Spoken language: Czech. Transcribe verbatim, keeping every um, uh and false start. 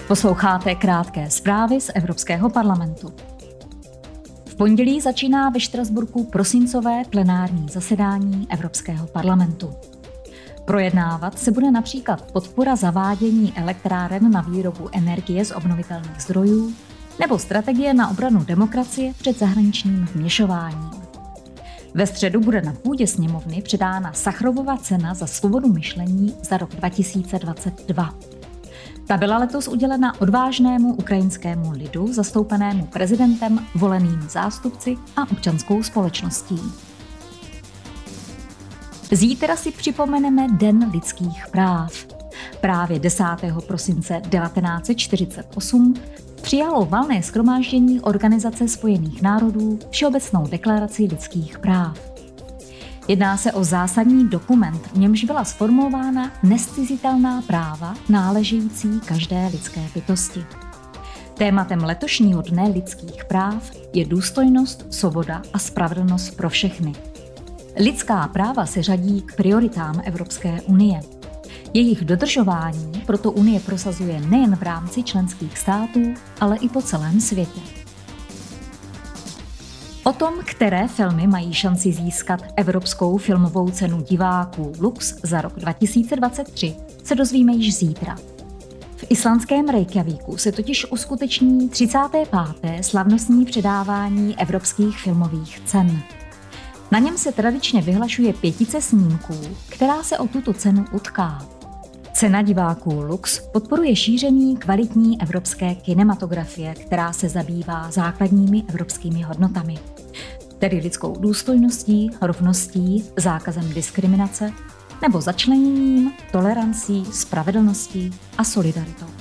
Posloucháte krátké zprávy z Evropského parlamentu. V pondělí začíná ve Štrasburku prosincové plenární zasedání Evropského parlamentu. Projednávat se bude například podpora zavádění elektráren na výrobu energie z obnovitelných zdrojů nebo strategie na obranu demokracie před zahraničním vměšováním. Ve středu bude na půdě sněmovny předána Sacharovova cena za svobodu myšlení za rok dva tisíce dvacet dva. Ta byla letos udělena odvážnému ukrajinskému lidu, zastoupenému prezidentem, volenými zástupci a občanskou společností. Zítra si připomeneme Den lidských práv. Právě desátého prosince devatenáct set čtyřicet osm přijalo valné shromáždění Organizace spojených národů Všeobecnou deklaraci lidských práv. Jedná se o zásadní dokument, v němž byla sformulována nezcizitelná práva náležející každé lidské bytosti. Tématem letošního Dne lidských práv je důstojnost, svoboda a spravedlnost pro všechny. Lidská práva se řadí k prioritám Evropské unie. Jejich dodržování proto Unie prosazuje nejen v rámci členských států, ale i po celém světě. O tom, které filmy mají šanci získat Evropskou filmovou cenu diváků Lux za rok dva tisíce dvacet tři, se dozvíme již zítra. V islandském Reykjavíku se totiž uskuteční třicáté páté slavnostní předávání evropských filmových cen. Na něm se tradičně vyhlašuje pětice snímků, která se o tuto cenu utká. Cena diváků Lux podporuje šíření kvalitní evropské kinematografie, která se zabývá základními evropskými hodnotami, tedy lidskou důstojností, rovností, zákazem diskriminace nebo začleněním, tolerancí, spravedlností a solidaritou.